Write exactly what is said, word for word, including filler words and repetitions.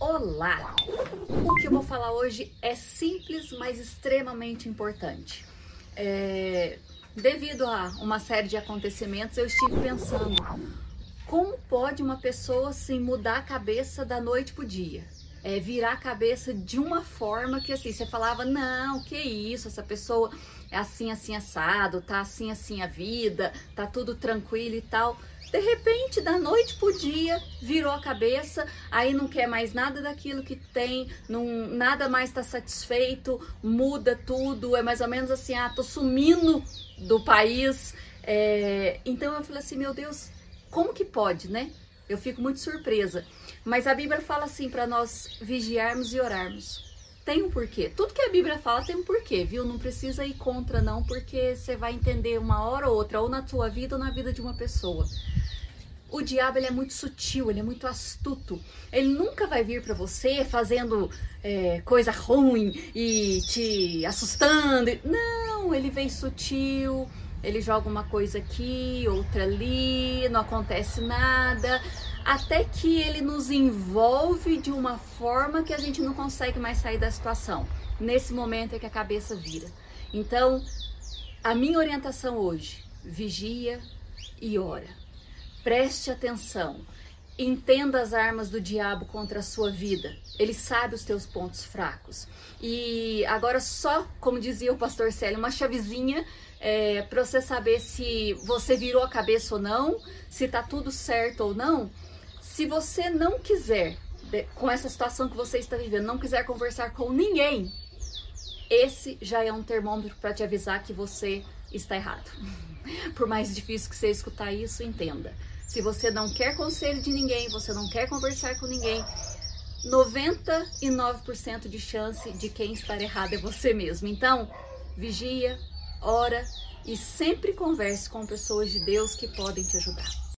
Olá! O que eu vou falar hoje é simples, mas extremamente importante. É, devido a uma série de acontecimentos, eu estive pensando como pode uma pessoa assim, mudar a cabeça da noite pro dia? É, virar a cabeça de uma forma que assim, você falava, não, que isso, essa pessoa é assim, assim, assado, tá assim, assim a vida, tá tudo tranquilo e tal. De repente, da noite pro dia, virou a cabeça, aí não quer mais nada daquilo que tem, não, nada mais tá satisfeito, muda tudo, é mais ou menos assim, ah, tô sumindo do país. É, então eu falei assim, meu Deus, como que pode, né? Eu fico muito surpresa. Mas a Bíblia fala assim para nós vigiarmos e orarmos. Tem um porquê. Tudo que a Bíblia fala tem um porquê, viu? Não precisa ir contra não, porque você vai entender uma hora ou outra, ou na tua vida ou na vida de uma pessoa. O diabo, ele é muito sutil, ele é muito astuto. Ele nunca vai vir para você fazendo é, coisa ruim e te assustando. Não, ele vem sutil, ele joga uma coisa aqui, outra ali, não acontece nada, até que ele nos envolve de uma forma que a gente não consegue mais sair da situação. Nesse momento é que a cabeça vira. Então, a minha orientação hoje, vigia e ora. Preste atenção, entenda as armas do diabo contra a sua vida, ele sabe os teus pontos fracos. E agora só, como dizia o pastor Célio, uma chavezinha é, para você saber se você virou a cabeça ou não, se tá tudo certo ou não. Se você não quiser, com essa situação que você está vivendo, não quiser conversar com ninguém, esse já é um termômetro para te avisar que você está errado. Por mais difícil que você escutar isso, entenda. Se você não quer conselho de ninguém, você não quer conversar com ninguém, noventa e nove por cento de chance de quem estar errado é você mesmo. Então, vigia, ora e sempre converse com pessoas de Deus que podem te ajudar.